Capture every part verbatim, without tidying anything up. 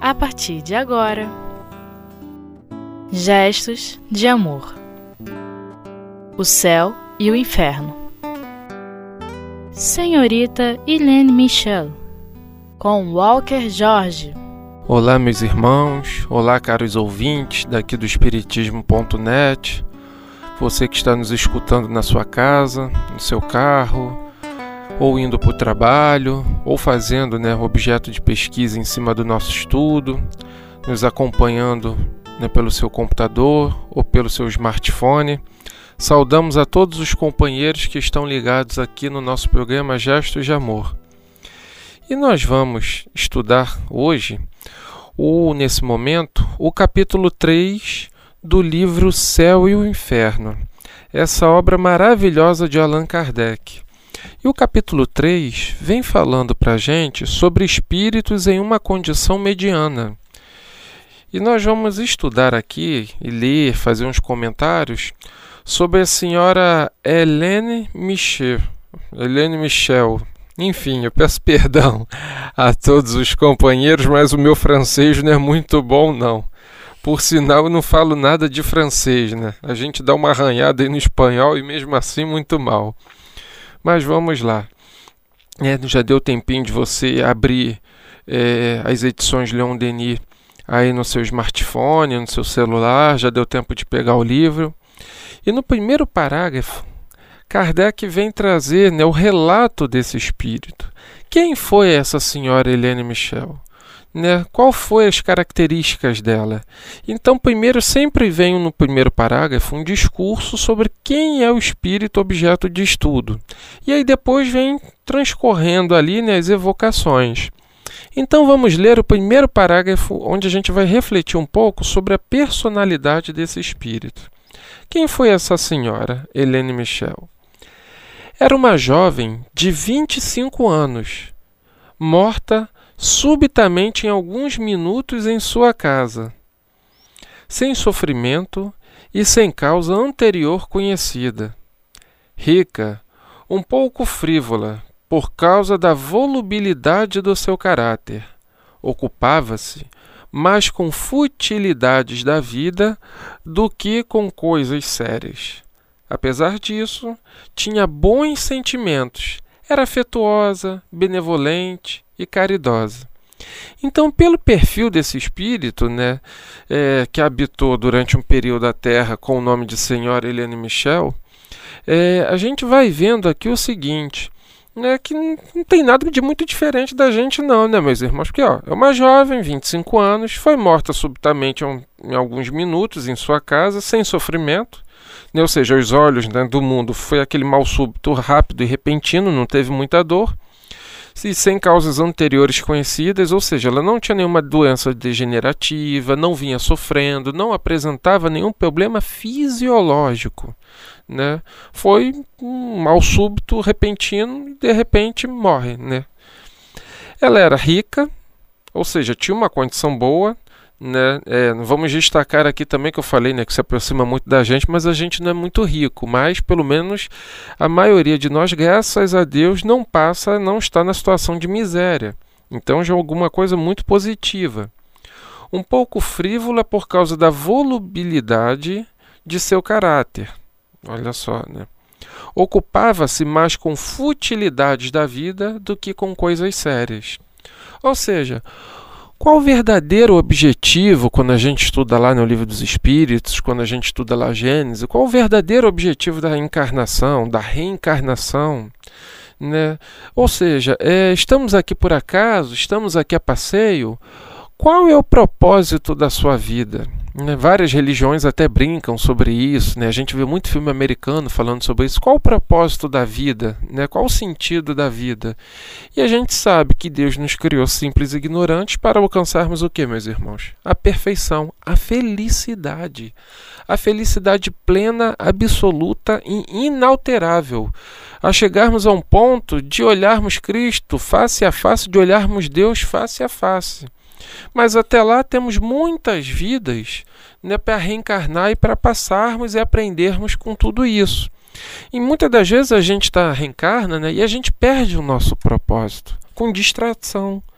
a partir de agora. Gestos de amor. O céu e o inferno. Senhorita Helene Michel, com Walker Jorge. Olá, meus irmãos, olá, caros ouvintes daqui do Espiritismo ponto net, você que está nos escutando na sua casa, no seu carro, ou indo para o trabalho, ou fazendo né, objeto de pesquisa em cima do nosso estudo, nos acompanhando né, pelo seu computador ou pelo seu smartphone. Saudamos a todos os companheiros que estão ligados aqui no nosso programa Gestos de Amor. E nós vamos estudar hoje, ou nesse momento, o capítulo três do livro Céu e o Inferno, essa obra maravilhosa de Allan Kardec. E o capítulo três vem falando para a gente sobre espíritos em uma condição mediana. E nós vamos estudar aqui e ler, fazer uns comentários sobre a senhora Helene Michel. Helene Michel. Enfim, eu peço perdão a todos os companheiros, mas o meu francês não é muito bom, não. Por sinal, eu não falo nada de francês, né? A gente dá uma arranhada aí no espanhol e mesmo assim muito mal. Mas vamos lá. É, já deu tempinho de você abrir é, as edições Leon Denis aí no seu smartphone, no seu celular, já deu tempo de pegar o livro. E no primeiro parágrafo, Kardec vem trazer né, o relato desse espírito. Quem foi essa senhora Helene Michel? Né? Qual foi as características dela? Então, primeiro, sempre vem no primeiro parágrafo um discurso sobre quem é o espírito objeto de estudo. E aí depois vem transcorrendo ali né, as evocações. Então vamos ler o primeiro parágrafo, onde a gente vai refletir um pouco sobre a personalidade desse espírito. Quem foi essa senhora, Helene Michel? Era uma jovem de vinte e cinco anos, morta subitamente em alguns minutos em sua casa, sem sofrimento e sem causa anterior conhecida. Rica, um pouco frívola, por causa da volubilidade do seu caráter, ocupava-se mais com futilidades da vida do que com coisas sérias. Apesar disso, tinha bons sentimentos, era afetuosa, benevolente e caridosa. Então, pelo perfil desse espírito, né, é, que habitou durante um período da Terra com o nome de Senhora Helene Michel, é, a gente vai vendo aqui o seguinte, né, que não, não tem nada de muito diferente da gente não, né, meus irmãos? Porque ó, é uma jovem, vinte e cinco anos, foi morta subitamente em, em alguns minutos em sua casa, sem sofrimento, né, ou seja, os olhos né, do mundo foi aquele mal súbito rápido e repentino, não teve muita dor, e sem causas anteriores conhecidas, ou seja, ela não tinha nenhuma doença degenerativa, não vinha sofrendo, não apresentava nenhum problema fisiológico. Né? Foi um mal súbito, repentino, e de repente morre. Né? Ela era rica, ou seja, tinha uma condição boa. Né? É, vamos destacar aqui também que eu falei né, que se aproxima muito da gente, mas a gente não é muito rico, mas pelo menos a maioria de nós, graças a Deus, não passa, não está na situação de miséria. Então já é alguma coisa muito positiva. Um pouco frívola por causa da volubilidade de seu caráter. Olha só, né? Ocupava-se mais com futilidades da vida do que com coisas sérias. Ou seja, qual o verdadeiro objetivo, quando a gente estuda lá no Livro dos Espíritos, quando a gente estuda lá a Gênesis, qual o verdadeiro objetivo da encarnação, da reencarnação? Né? Ou seja, é, estamos aqui por acaso, estamos aqui a passeio, qual é o propósito da sua vida? Né? Várias religiões até brincam sobre isso, né? A gente vê muito filme americano falando sobre isso. Qual o propósito da vida? Né? Qual o sentido da vida? E a gente sabe que Deus nos criou simples e ignorantes para alcançarmos o que, meus irmãos? A perfeição, a felicidade. A felicidade plena, absoluta e inalterável. A chegarmos a um ponto de olharmos Cristo face a face, de olharmos Deus face a face. Mas até lá temos muitas vidas né, para reencarnar e para passarmos e aprendermos com tudo isso. E muitas das vezes a gente tá, reencarna né, e a gente perde o nosso propósito com distração.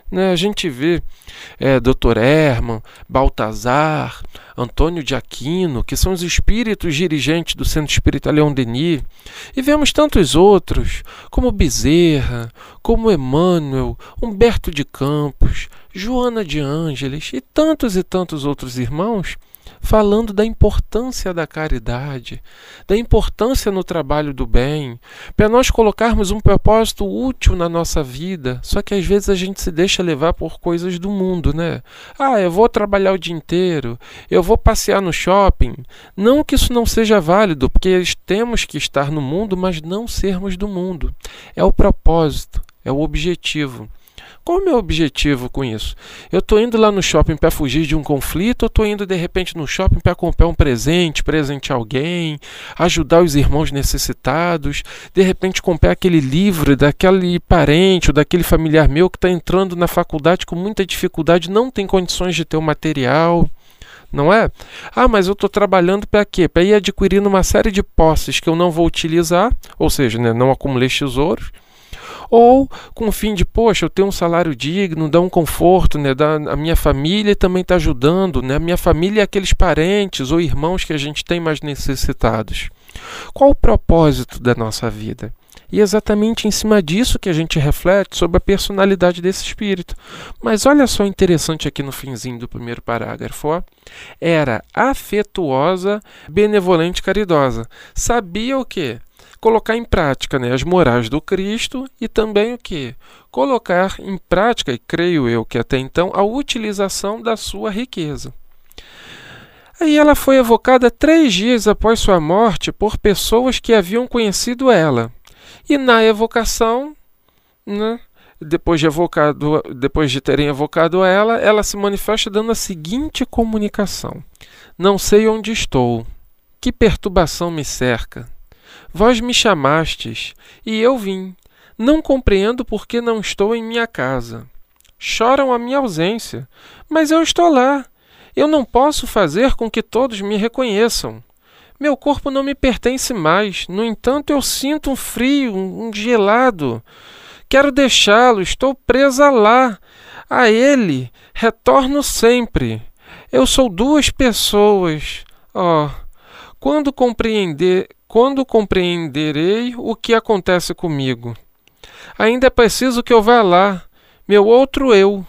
Né? A gente vê é, doutor Herman, Baltazar, Antônio de Aquino, que são os espíritos dirigentes do Centro Espírita Leon Denis, e vemos tantos outros, como Bezerra, como Emmanuel, Humberto de Campos, Joana de Ângeles e tantos e tantos outros irmãos, falando da importância da caridade, da importância no trabalho do bem, para nós colocarmos um propósito útil na nossa vida. Só que às vezes a gente se deixa levar por coisas do mundo, né? Ah, eu vou trabalhar o dia inteiro, eu vou passear no shopping. Não que isso não seja válido, porque temos que estar no mundo, mas não sermos do mundo. É o propósito, é o objetivo. Qual é o meu objetivo com isso? Eu estou indo lá no shopping para fugir de um conflito, ou estou indo de repente no shopping para comprar um presente, presentear alguém, ajudar os irmãos necessitados, de repente comprar aquele livro daquele parente ou daquele familiar meu que está entrando na faculdade com muita dificuldade, não tem condições de ter o material, não é? Ah, mas eu estou trabalhando para quê? Para ir adquirindo uma série de posses que eu não vou utilizar, ou seja, né, não acumulei tesouros, ou com o fim de, poxa, eu tenho um salário digno, dá um conforto, né, dá, a minha família também está ajudando, né, a minha família é aqueles parentes ou irmãos que a gente tem mais necessitados. Qual o propósito da nossa vida? E é exatamente em cima disso que a gente reflete sobre a personalidade desse espírito. Mas olha só interessante aqui no finzinho do primeiro parágrafo. Ó. Era afetuosa, benevolente, caridosa. Sabia o quê? Colocar em prática, né, as morais do Cristo e também o quê? Colocar em prática, e creio eu que até então, a utilização da sua riqueza. Aí ela foi evocada três dias após sua morte por pessoas que haviam conhecido ela. E na evocação, né, depois de, evocado, depois de terem evocado ela, ela se manifesta dando a seguinte comunicação. Não sei onde estou. Que perturbação me cerca. Vós me chamastes, e eu vim. Não compreendo por que não estou em minha casa. Choram a minha ausência, mas eu estou lá. Eu não posso fazer com que todos me reconheçam. Meu corpo não me pertence mais. No entanto, eu sinto um frio, um gelado. Quero deixá-lo, estou presa lá. A ele retorno sempre. Eu sou duas pessoas. Oh, quando compreender... Quando compreenderei o que acontece comigo? Ainda é preciso que eu vá lá, meu outro eu,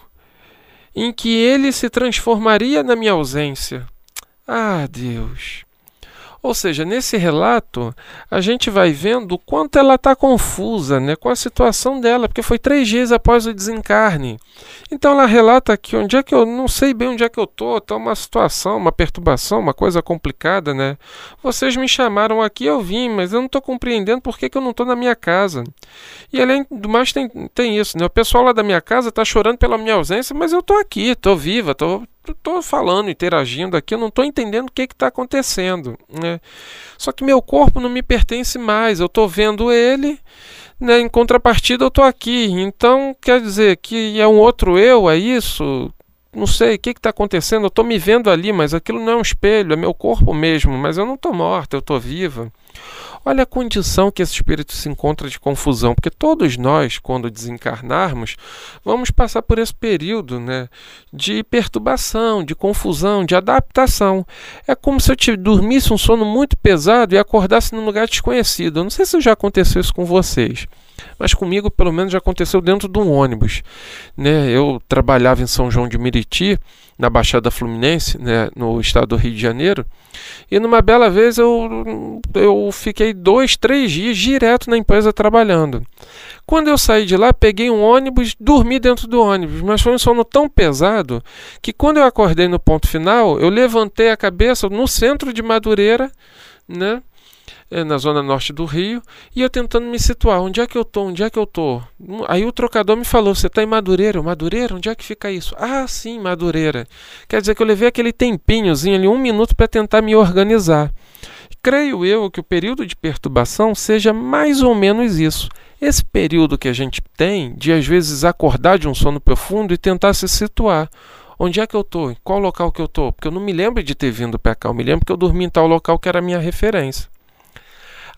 em que ele se transformaria na minha ausência. Ah, Deus! Ou seja, nesse relato, a gente vai vendo o quanto ela está confusa, né, com a situação dela, porque foi três dias após o desencarne. Então ela relata aqui, onde é que eu não sei bem onde é que eu estou, está uma situação, uma perturbação, uma coisa complicada, né? Vocês me chamaram aqui, eu vim, mas eu não estou compreendendo por que, que eu não estou na minha casa. E além do mais tem, tem isso, né? O pessoal lá da minha casa está chorando pela minha ausência, mas eu estou aqui, estou viva, estou... Estou falando, interagindo aqui, eu não estou entendendo o que está acontecendo. Né? Só que meu corpo não me pertence mais, eu estou vendo ele, né? Em contrapartida eu estou aqui. Então, quer dizer que é um outro eu, é isso? Não sei, o que está acontecendo? Eu estou me vendo ali, mas aquilo não é um espelho, é meu corpo mesmo, mas eu não estou morta, eu estou viva. Olha a condição que esse espírito se encontra de confusão, porque todos nós, quando desencarnarmos, vamos passar por esse período, né, de perturbação, de confusão, de adaptação. É como se eu te dormisse um sono muito pesado e acordasse num lugar desconhecido. Eu não sei se já aconteceu isso com vocês, mas comigo pelo menos já aconteceu dentro de um ônibus. Né? Eu trabalhava em São João de Meriti, na Baixada Fluminense, né, no estado do Rio de Janeiro, e numa bela vez eu, eu fiquei dois, três dias direto na empresa trabalhando. Quando eu saí de lá, peguei um ônibus, dormi dentro do ônibus, mas foi um sono tão pesado que quando eu acordei no ponto final, eu levantei a cabeça no centro de Madureira, né, na zona norte do Rio, e eu tentando me situar, onde é que eu estou, onde é que eu estou? Aí o trocador me falou, você está em Madureira? Madureira? Onde é que fica isso? Ah, sim, Madureira. Quer dizer que eu levei aquele tempinhozinho ali, um minuto para tentar me organizar. Creio eu que o período de perturbação seja mais ou menos isso. Esse período que a gente tem de às vezes acordar de um sono profundo e tentar se situar. Onde é que eu estou? Em qual local que eu estou? Porque eu não me lembro de ter vindo para cá, eu me lembro que eu dormi em tal local que era a minha referência.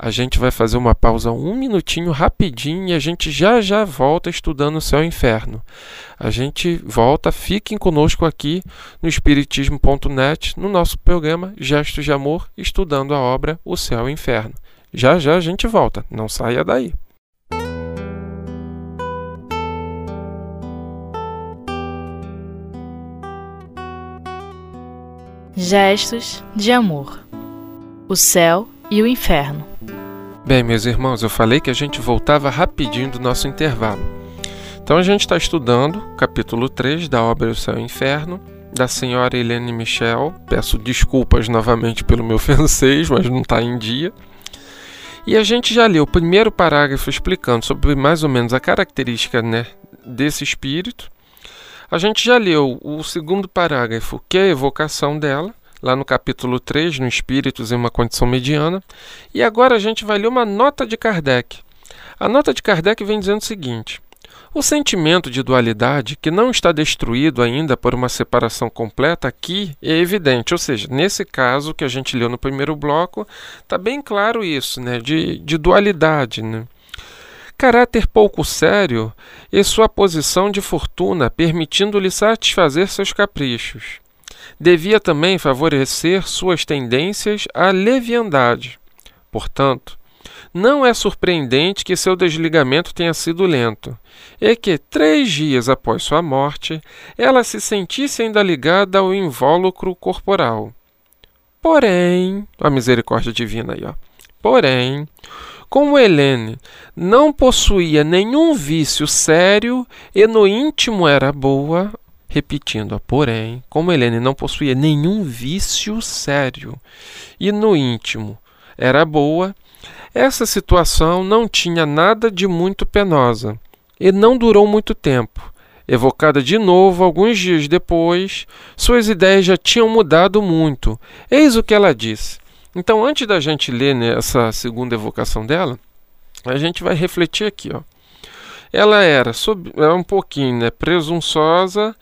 A gente vai fazer uma pausa um minutinho rapidinho e a gente já já volta estudando o céu e o inferno. A gente volta, fiquem conosco aqui no espiritismo ponto net, no nosso programa Gestos de Amor, estudando a obra O Céu e o Inferno. Já já a gente volta, não saia daí. Gestos de Amor, o Céu e o Inferno. Bem, meus irmãos, eu falei que a gente voltava rapidinho do nosso intervalo. Então a gente está estudando capítulo três da obra O Céu e o Inferno, da senhora Helene Michel. Peço desculpas novamente pelo meu francês, mas não está em dia. E a gente já leu o primeiro parágrafo explicando sobre mais ou menos a característica, né, desse espírito. A gente já leu o segundo parágrafo, que é a evocação dela, lá no capítulo três, no Espíritos em uma Condição Mediana. E agora a gente vai ler uma nota de Kardec. A nota de Kardec vem dizendo o seguinte: o sentimento de dualidade, que não está destruído ainda por uma separação completa, aqui é evidente. Ou seja, nesse caso que a gente leu no primeiro bloco, está bem claro isso, né, de, de dualidade, né? Caráter pouco sério e sua posição de fortuna, permitindo-lhe satisfazer seus caprichos. Devia também favorecer suas tendências à leviandade. Portanto, não é surpreendente que seu desligamento tenha sido lento, e que, três dias após sua morte, ela se sentisse ainda ligada ao invólucro corporal. Porém, a misericórdia divina aí, ó. Porém, como Helene não possuía nenhum vício sério e no íntimo era boa, repetindo, ó, porém, como Helene não possuía nenhum vício sério e no íntimo era boa, essa situação não tinha nada de muito penosa e não durou muito tempo. Evocada de novo alguns dias depois, suas ideias já tinham mudado muito. Eis o que ela disse. Então, antes da gente ler, né, essa segunda evocação dela, a gente vai refletir aqui, ó. Ela era, sob, era um pouquinho, né, presunçosa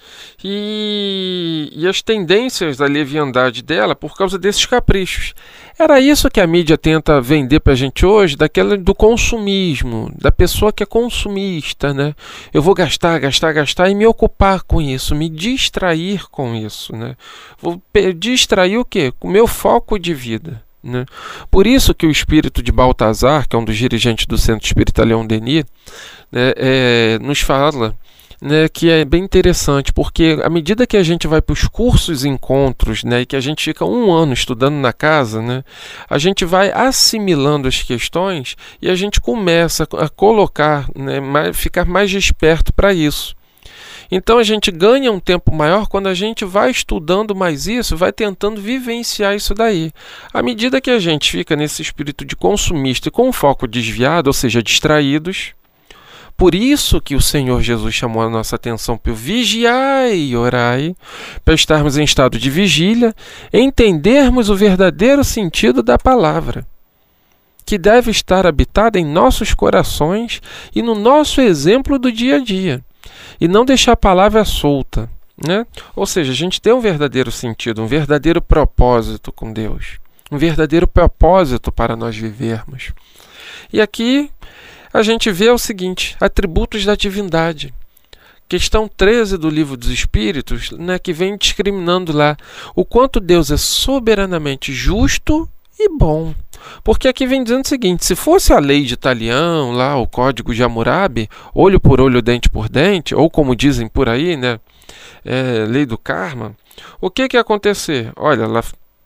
e, e as tendências da leviandade dela por causa desses caprichos. Era isso que a mídia tenta vender para a gente hoje, daquela do consumismo, da pessoa que é consumista, né? Eu vou gastar, gastar, gastar e me ocupar com isso, me distrair com isso, né? Vou distrair o quê? Com o meu foco de vida. Né? Por isso que o espírito de Baltazar, que é um dos dirigentes do Centro Espírita Leon Denis, né, é, nos fala, né, que é bem interessante, porque à medida que a gente vai para os cursos e encontros, né, e que a gente fica um ano estudando na casa, né, a gente vai assimilando as questões e a gente começa a colocar, né, mais, ficar mais desperto para isso. Então a gente ganha um tempo maior quando a gente vai estudando mais isso, vai tentando vivenciar isso daí. À medida que a gente fica nesse espírito de consumista e com o foco desviado, ou seja, distraídos, por isso que o Senhor Jesus chamou a nossa atenção para o vigiai e orai, para estarmos em estado de vigília, entendermos o verdadeiro sentido da palavra, que deve estar habitada em nossos corações e no nosso exemplo do dia a dia. E não deixar a palavra solta, né? Ou seja, a gente tem um verdadeiro sentido, um verdadeiro propósito com Deus, um verdadeiro propósito para nós vivermos. E aqui a gente vê o seguinte, atributos da divindade. Questão treze do Livro dos Espíritos, né, que vem discriminando lá o quanto Deus é soberanamente justo e bom. Porque aqui vem dizendo o seguinte, se fosse a lei de Talião, lá, o código de Hammurabi, olho por olho, dente por dente, ou como dizem por aí, né, é, lei do karma, o que que ia acontecer? Olha, ela,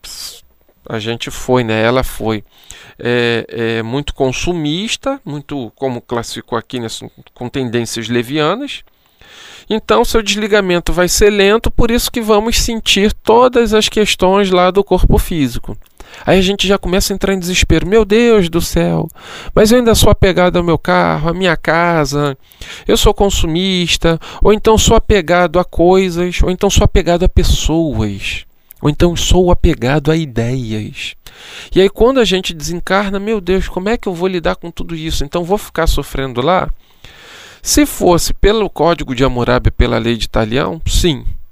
a gente foi, né, ela foi é, é, muito consumista, muito, como classificou aqui, né, com tendências levianas. Então, seu desligamento vai ser lento, por isso que vamos sentir todas as questões lá do corpo físico. Aí a gente já começa a entrar em desespero. Meu Deus do céu, mas eu ainda sou apegado ao meu carro, à minha casa, eu sou consumista, ou então sou apegado a coisas, ou então sou apegado a pessoas, ou então sou apegado a ideias. E aí quando a gente desencarna, meu Deus, como é que eu vou lidar com tudo isso? Então vou ficar sofrendo lá? Se fosse pelo código de Hammurabi, pela lei de Talião, sim,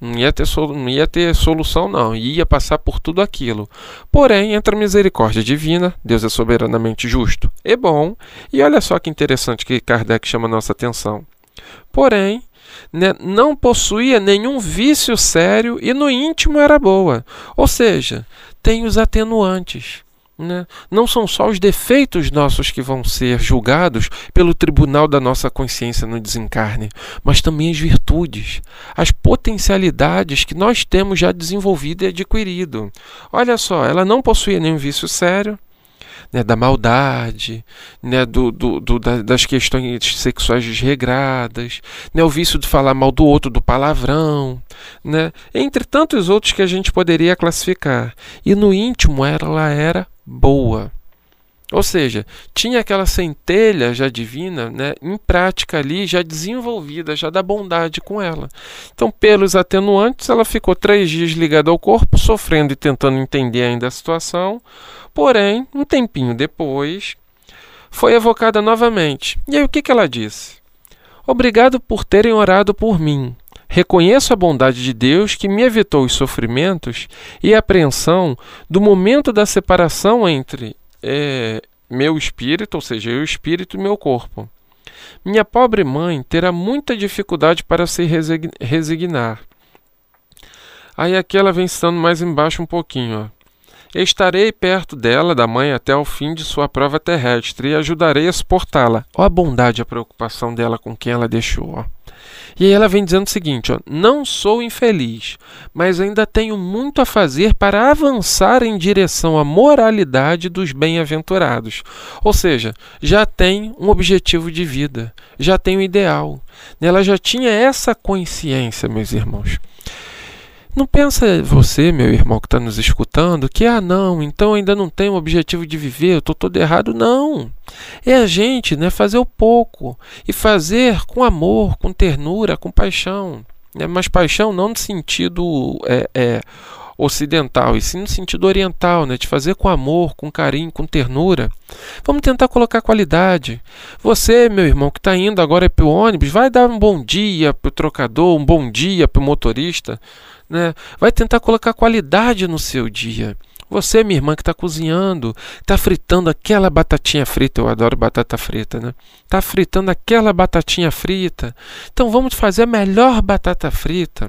Não ia ter, solu- não ia ter solução, não. Ia passar por tudo aquilo. Porém, entra a misericórdia divina. Deus é soberanamente justo e bom. E olha só que interessante que Kardec chama a nossa atenção. Porém, né, não possuía nenhum vício sério e no íntimo era boa. Ou seja, tem os atenuantes. Né? Não são só os defeitos nossos que vão ser julgados pelo tribunal da nossa consciência no desencarne, mas também as virtudes, as potencialidades que nós temos já desenvolvido e adquirido. Olha só, ela não possuía nenhum vício sério, né, da maldade, né, do, do, do, das questões sexuais desregradas, né, o vício de falar mal do outro, do palavrão, né, entre tantos outros que a gente poderia classificar. E no íntimo ela era boa. Ou seja, tinha aquela centelha já divina, né, em prática ali, já desenvolvida, já da bondade com ela. Então, pelos atenuantes, ela ficou três dias ligada ao corpo, sofrendo e tentando entender ainda a situação. Porém, um tempinho depois, foi evocada novamente. E aí o que, que ela disse? Obrigado por terem orado por mim. Reconheço a bondade de Deus que me evitou os sofrimentos e a apreensão do momento da separação entre é, meu espírito, ou seja, eu espírito e meu corpo. Minha pobre mãe terá muita dificuldade para se resignar. Aí aqui ela vem citando mais embaixo um pouquinho, ó. Estarei perto dela, da mãe, até o fim de sua prova terrestre e ajudarei a suportá-la. Olha a bondade e a preocupação dela com quem ela deixou. Ó. E aí ela vem dizendo o seguinte, ó, não sou infeliz, mas ainda tenho muito a fazer para avançar em direção à moralidade dos bem-aventurados. Ou seja, já tem um objetivo de vida, já tem um ideal. Ela já tinha essa consciência, meus irmãos. Não pensa você, meu irmão, que está nos escutando, que, ah, não, então ainda não tenho o objetivo de viver, eu estou todo errado. Não. É a gente, né, fazer o pouco e fazer com amor, com ternura, com paixão. Né? Mas paixão não no sentido é, é, ocidental, e sim no sentido oriental, né, de fazer com amor, com carinho, com ternura. Vamos tentar colocar qualidade. Você, meu irmão, que está indo agora para o ônibus, vai dar um bom dia para o trocador, um bom dia para o motorista. Né? Vai tentar colocar qualidade no seu dia. Você, minha irmã, que está cozinhando, está fritando aquela batatinha frita, eu adoro batata frita, né? Está fritando aquela batatinha frita. Então vamos fazer a melhor batata frita.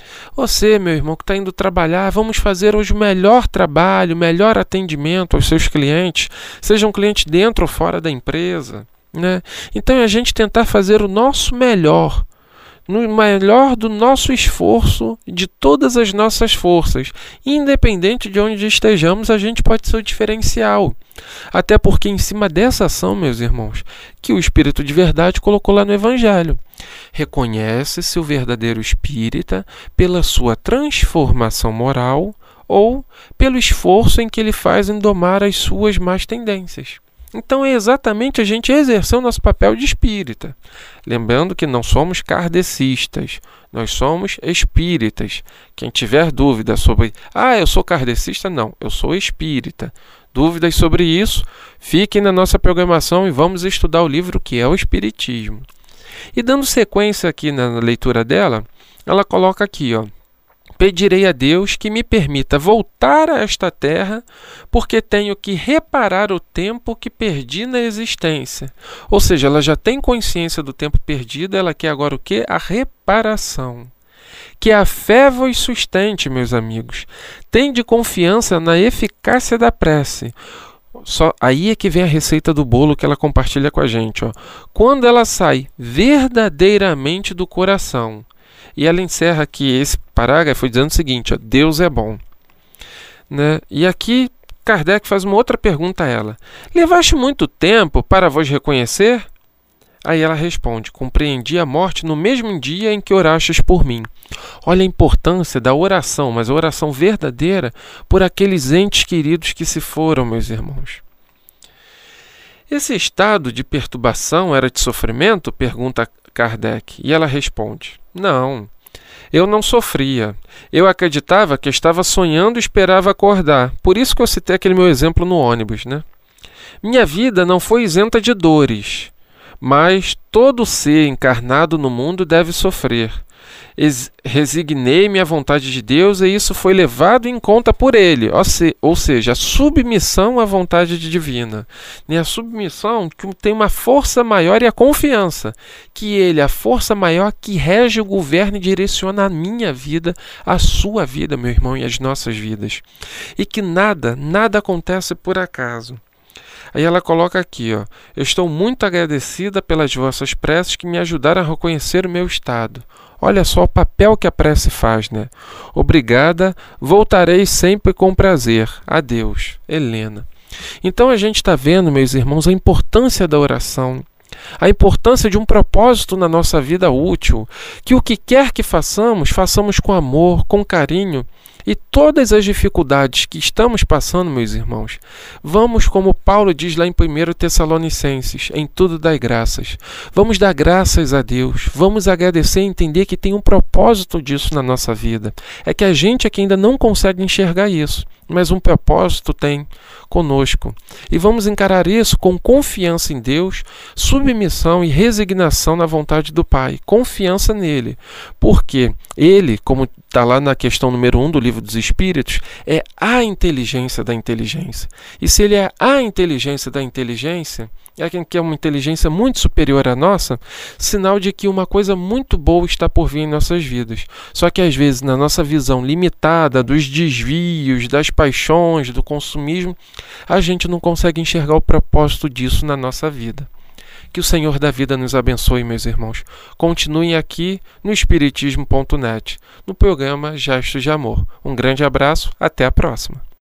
Você, meu irmão, que está indo trabalhar, vamos fazer hoje o melhor trabalho, o melhor atendimento aos seus clientes, sejam clientes dentro ou fora da empresa. Né? Então é a gente tentar fazer o nosso melhor, no melhor do nosso esforço, de todas as nossas forças. Independente de onde estejamos, a gente pode ser o diferencial. Até porque em cima dessa ação, meus irmãos, que o Espírito de verdade colocou lá no Evangelho. Reconhece-se o verdadeiro espírita pela sua transformação moral ou pelo esforço em que ele faz em domar as suas más tendências. Então é exatamente a gente exercer o nosso papel de espírita. Lembrando que não somos kardecistas, nós somos espíritas. Quem tiver dúvida sobre, ah, eu sou kardecista, não, eu sou espírita. Dúvidas sobre isso, fiquem na nossa programação e vamos estudar o livro que é o Espiritismo. E dando sequência aqui na leitura dela, ela coloca aqui, ó. Pedirei a Deus que me permita voltar a esta terra, porque tenho que reparar o tempo que perdi na existência. Ou seja, ela já tem consciência do tempo perdido, ela quer agora o quê? A reparação. Que a fé vos sustente, meus amigos. Tende confiança na eficácia da prece. Só, aí é que vem a receita do bolo que ela compartilha com a gente. Ó. Quando ela sai verdadeiramente do coração. E ela encerra aqui esse parágrafo dizendo o seguinte, ó, Deus é bom. Né? E aqui Kardec faz uma outra pergunta a ela. Levaste muito tempo para vos reconhecer? Aí ela responde, compreendi a morte no mesmo dia em que orastes por mim. Olha a importância da oração, mas a oração verdadeira por aqueles entes queridos que se foram, meus irmãos. Esse estado de perturbação era de sofrimento? Pergunta Kardec. E ela responde, não, eu não sofria. Eu acreditava que estava sonhando e esperava acordar. Por isso que eu citei aquele meu exemplo no ônibus, né? Minha vida não foi isenta de dores, mas todo ser encarnado no mundo deve sofrer. resignei-me à vontade de Deus e isso foi levado em conta por Ele. Ou seja, a submissão à vontade divina. E a submissão que tem uma força maior e a confiança que Ele, a força maior que rege o governo e direciona a minha vida, a sua vida, meu irmão, e as nossas vidas. E que nada, nada acontece por acaso. Aí ela coloca aqui, ó, eu estou muito agradecida pelas vossas preces que me ajudaram a reconhecer o meu estado. Olha só o papel que a prece faz, né? Obrigada, voltarei sempre com prazer. Adeus, Helena. Então a gente está vendo, meus irmãos, a importância da oração, a importância de um propósito na nossa vida útil, que o que quer que façamos, façamos com amor, com carinho, e todas as dificuldades que estamos passando, meus irmãos, vamos, como Paulo diz lá em primeiro Tessalonicenses, em tudo dai graças. Vamos dar graças a Deus, vamos agradecer e entender que tem um propósito disso na nossa vida. É que a gente aqui ainda não consegue enxergar isso, mas um propósito tem conosco. E vamos encarar isso com confiança em Deus, submissão e resignação na vontade do Pai, confiança nele. Porque ele, como está lá na questão número um do Livro dos Espíritos, é a inteligência da inteligência. E se ele é a inteligência da inteligência, é que é uma inteligência muito superior à nossa, sinal de que uma coisa muito boa está por vir em nossas vidas. Só que às vezes, na nossa visão limitada dos desvios, das paixões, do consumismo, a gente não consegue enxergar o propósito disso na nossa vida. Que o Senhor da vida nos abençoe, meus irmãos. Continuem aqui no Espiritismo ponto net, no programa Gestos de Amor. Um grande abraço, até a próxima.